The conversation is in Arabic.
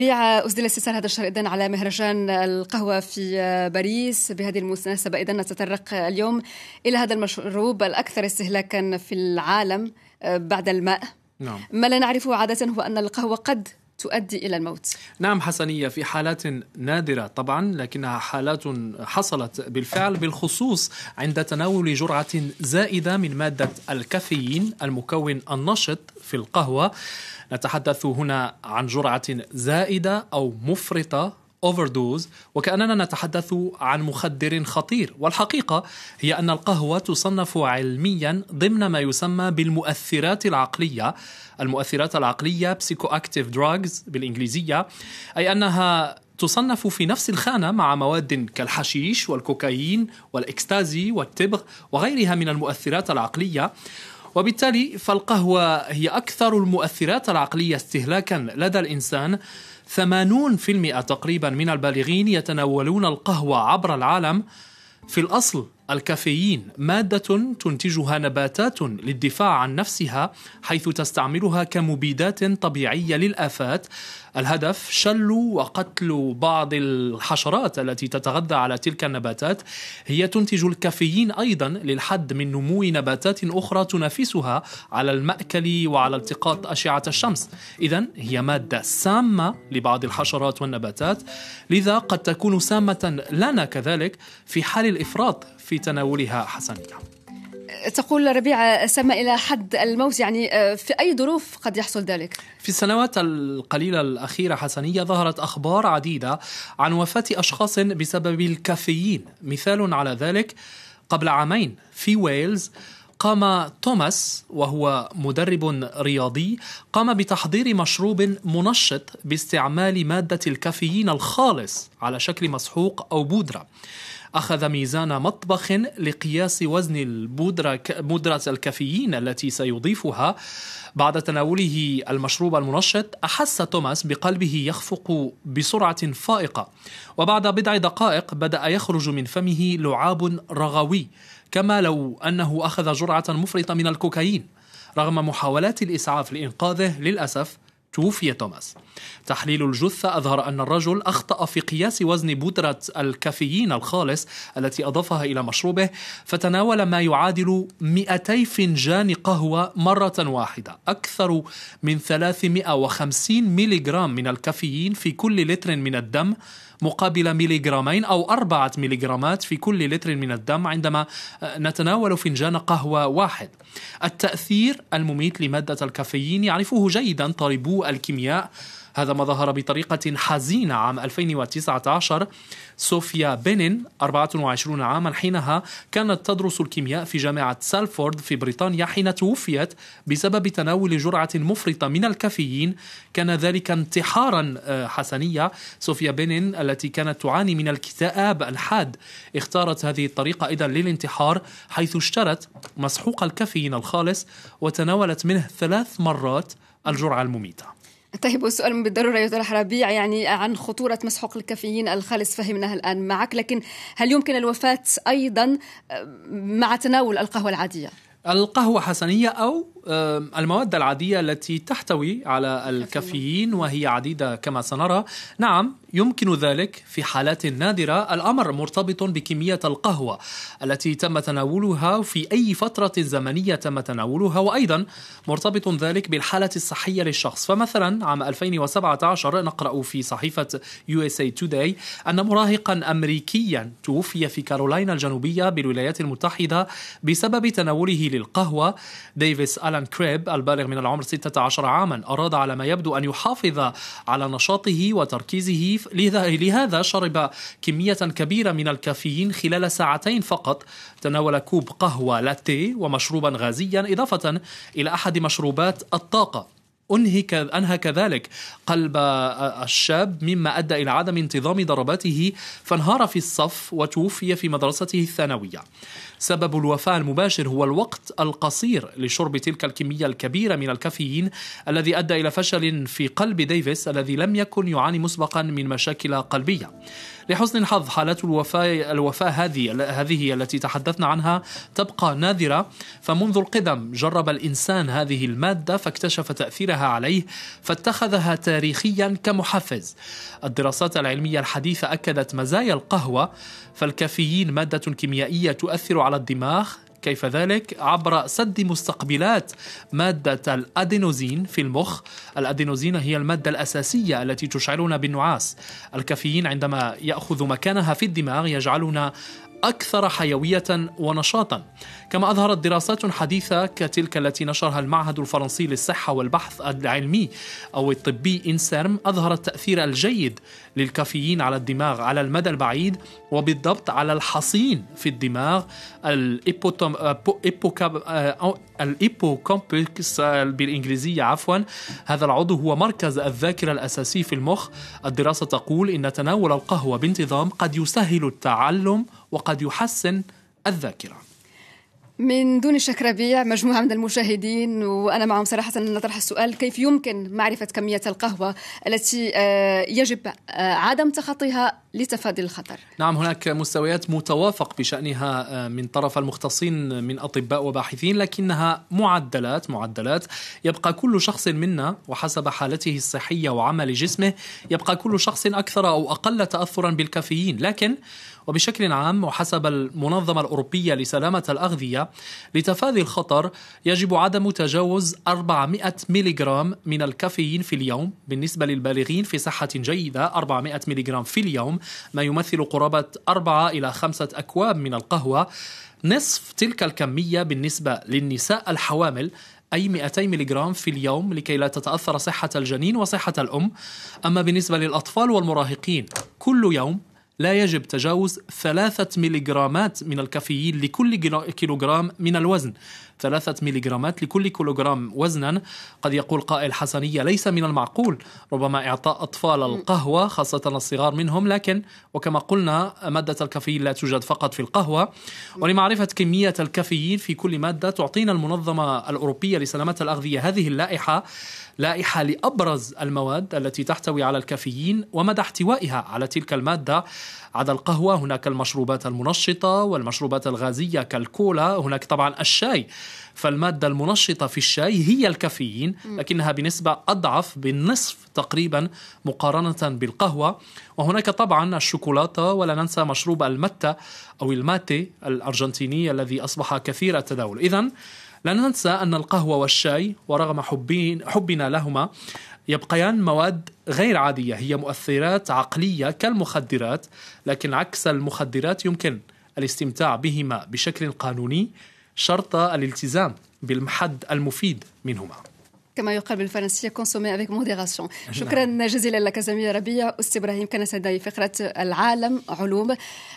أسدل استئصال هذا الشهر إذن على مهرجان القهوة في باريس. بهذه المناسبة إذن نتطرق اليوم إلى هذا المشروب الأكثر استهلاكا في العالم بعد الماء. نعم. ما لا نعرفه عادة هو أن القهوة قد تؤدي إلى الموت. نعم حسنية، في حالات نادرة طبعا، لكنها حالات حصلت بالفعل، بالخصوص عند تناول جرعة زائدة من مادة الكافيين المكون النشط في القهوة. نتحدث هنا عن جرعة زائدة أو مفرطة overdose، وكأننا نتحدث عن مخدر خطير. والحقيقة هي أن القهوة تصنف علميا ضمن ما يسمى بالمؤثرات العقلية. المؤثرات العقلية psychoactive drugs بالإنجليزية، أي أنها تصنف في نفس الخانة مع مواد كالحشيش والكوكايين والإكستازي والتبغ وغيرها من المؤثرات العقلية. وبالتالي فالقهوة هي أكثر المؤثرات العقلية استهلاكا لدى الإنسان. 80% تقريبا من البالغين يتناولون القهوة عبر العالم. في الأصل الكافيين مادة تنتجها نباتات للدفاع عن نفسها، حيث تستعملها كمبيدات طبيعية للآفات. الهدف شل وقتل بعض الحشرات التي تتغذى على تلك النباتات. هي تنتج الكافيين أيضا للحد من نمو نباتات أخرى تنافسها على المأكل وعلى التقاط أشعة الشمس. إذن هي مادة سامة لبعض الحشرات والنباتات، لذا قد تكون سامة لنا كذلك في حال الإفراط في تناولها حسنية. تقول ربيع سامة إلى حد الموت، يعني في أي ظروف قد يحصل ذلك؟ في السنوات القليلة الأخيرة حسنية ظهرت أخبار عديدة عن وفاة أشخاص بسبب الكافيين. مثال على ذلك قبل عامين في ويلز قام توماس، وهو مدرب رياضي، قام بتحضير مشروب منشط باستعمال مادة الكافيين الخالص على شكل مسحوق أو بودرة. أخذ ميزان مطبخ لقياس وزن بودرة الكافيين التي سيضيفها. بعد تناوله المشروب المنشط أحس توماس بقلبه يخفق بسرعة فائقة، وبعد بضع دقائق بدأ يخرج من فمه لعاب رغوي كما لو أنه أخذ جرعة مفرطة من الكوكايين. رغم محاولات الإسعاف لإنقاذه، للأسف توفي توماس. تحليل الجثة أظهر أن الرجل أخطأ في قياس وزن بودرة الكافيين الخالص التي أضافها إلى مشروبه، فتناول ما يعادل 200 فنجان قهوة مرة واحدة، أكثر من 350 ميليغرام من الكافيين في كل لتر من الدم، مقابل ميليغرامين أو 4 ميليغرامات في كل لتر من الدم عندما نتناول فنجان قهوة واحد. التأثير المميت لمادة الكافيين يعرفه جيدا طالبو الكيمياء. هذا ما ظهر بطريقة حزينة عام 2019. صوفيا بينين 24 عاما حينها كانت تدرس الكيمياء في جامعة سالفورد في بريطانيا حين توفيت بسبب تناول جرعة مفرطة من الكافيين. كان ذلك انتحارا حسنية. صوفيا بينين التي كانت تعاني من الاكتئاب الحاد اختارت هذه الطريقة إذن للانتحار، حيث اشترت مسحوق الكافيين الخالص وتناولت منه 3 مرات الجرعة المميتة. طيب، والسؤال بالضرورة يطرح ربيع، يعني عن خطورة مسحوق الكافيين الخالص فهمناها الآن معك، لكن هل يمكن الوفاة أيضا مع تناول القهوة العادية؟ القهوة حسنية أو المواد العادية التي تحتوي على الكافيين، وهي عديدة كما سنرى. نعم، يمكن ذلك في حالات نادرة. الأمر مرتبط بكمية القهوة التي تم تناولها في أي فترة زمنية تم تناولها، وأيضا مرتبط ذلك بالحالة الصحية للشخص. فمثلا عام 2017 نقرأ في صحيفة USA Today أن مراهقا أمريكيا توفي في كارولاينا الجنوبية بالولايات المتحدة بسبب تناوله للقهوة. ديفيس ألان كريب البالغ من العمر 16 عاما أراد على ما يبدو أن يحافظ على نشاطه وتركيزه، لهذا شرب كمية كبيرة من الكافيين خلال 2 ساعات فقط. تناول كوب قهوة لاتيه ومشروبا غازيا إضافة إلى أحد مشروبات الطاقة. أنهى كذلك قلب الشاب، مما أدى إلى عدم انتظام ضرباته، فانهار في الصف وتوفي في مدرسته الثانوية. سبب الوفاة المباشر هو الوقت القصير لشرب تلك الكمية الكبيرة من الكافيين الذي أدى إلى فشل في قلب ديفيس الذي لم يكن يعاني مسبقا من مشاكل قلبية. لحسن الحظ حالات الوفاة هذه التي تحدثنا عنها تبقى نادرة، فمنذ القدم جرب الإنسان هذه المادة فاكتشف تأثيرها عليه فاتخذها تاريخيا كمحفز. الدراسات العلمية الحديثة أكدت مزايا القهوة، فالكافيين مادة كيميائية تؤثر على الدماغ. كيف ذلك؟ عبر سد مستقبلات مادة الأدينوزين في المخ. الأدينوزين هي المادة الأساسية التي تشعرنا بالنعاس. الكافيين عندما يأخذ مكانها في الدماغ يجعلنا أكثر حيوية ونشاطا. كما أظهرت دراسات حديثة كتلك التي نشرها المعهد الفرنسي للصحة والبحث العلمي أو الطبي إنسيرم، أظهر التأثير الجيد للكافيين على الدماغ على المدى البعيد، وبالضبط على الحصين في الدماغ الإيبوكامبكس بالإنجليزية عفوا. هذا العضو هو مركز الذاكرة الأساسي في المخ. الدراسة تقول إن تناول القهوة بانتظام قد يسهل التعلم وقد يحسن الذاكرة. من دون شك ربيع، مجموعة من المشاهدين وأنا معهم صراحة نطرح السؤال: كيف يمكن معرفة كمية القهوة التي يجب عدم تخطيها لتفادي الخطر؟ نعم، هناك مستويات متوافق بشأنها من طرف المختصين من أطباء وباحثين، لكنها معدلات يبقى كل شخص منا وحسب حالته الصحية وعمل جسمه يبقى كل شخص أكثر أو أقل تأثرا بالكافيين. لكن وبشكل عام وحسب المنظمة الأوروبية لسلامة الأغذية لتفادي الخطر يجب عدم تجاوز 400 ملغرام من الكافيين في اليوم. بالنسبة للبالغين في صحة جيدة 400 ملغرام في اليوم ما يمثل قرابة 4 إلى 5 أكواب من القهوة. نصف تلك الكمية بالنسبة للنساء الحوامل، أي 200 ملغرام في اليوم لكي لا تتأثر صحة الجنين وصحة الأم. أما بالنسبة للأطفال والمراهقين كل يوم لا يجب تجاوز 3 ملغرامات من الكافيين لكل كيلوغرام من الوزن. 3 ملغرامات لكل كيلوغرام وزنا. قد يقول قائل: حسنية، ليس من المعقول ربما إعطاء أطفال القهوة خاصة الصغار منهم، لكن وكما قلنا مادة الكافيين لا توجد فقط في القهوة. ولمعرفة كمية الكافيين في كل مادة تعطينا المنظمة الأوروبية لسلامة الأغذية هذه لائحة لأبرز المواد التي تحتوي على الكافيين ومدى احتوائها على تلك المادة. عدا القهوة هناك المشروبات المنشطة والمشروبات الغازية كالكولا. هناك طبعا الشاي، فالمادة المنشطة في الشاي هي الكافيين، لكنها بنسبة أضعف بالنصف تقريبا مقارنة بالقهوة. وهناك طبعا الشوكولاتة، ولا ننسى مشروب المتة أو الماتي الأرجنتيني الذي أصبح كثير التداول. إذن لا ننسى أن القهوة والشاي ورغم حبنا لهما يبقيان مواد غير عادية، هي مؤثرات عقلية كالمخدرات، لكن عكس المخدرات يمكن الاستمتاع بهما بشكل قانوني شرط الالتزام بالحد المفيد منهما. كما يقال بالفرنسية consommer avec modération. شكرا جزيلا لك زميل ربيع. أستاذ إبراهيم، كان سيدنا فقرة العالم علوم.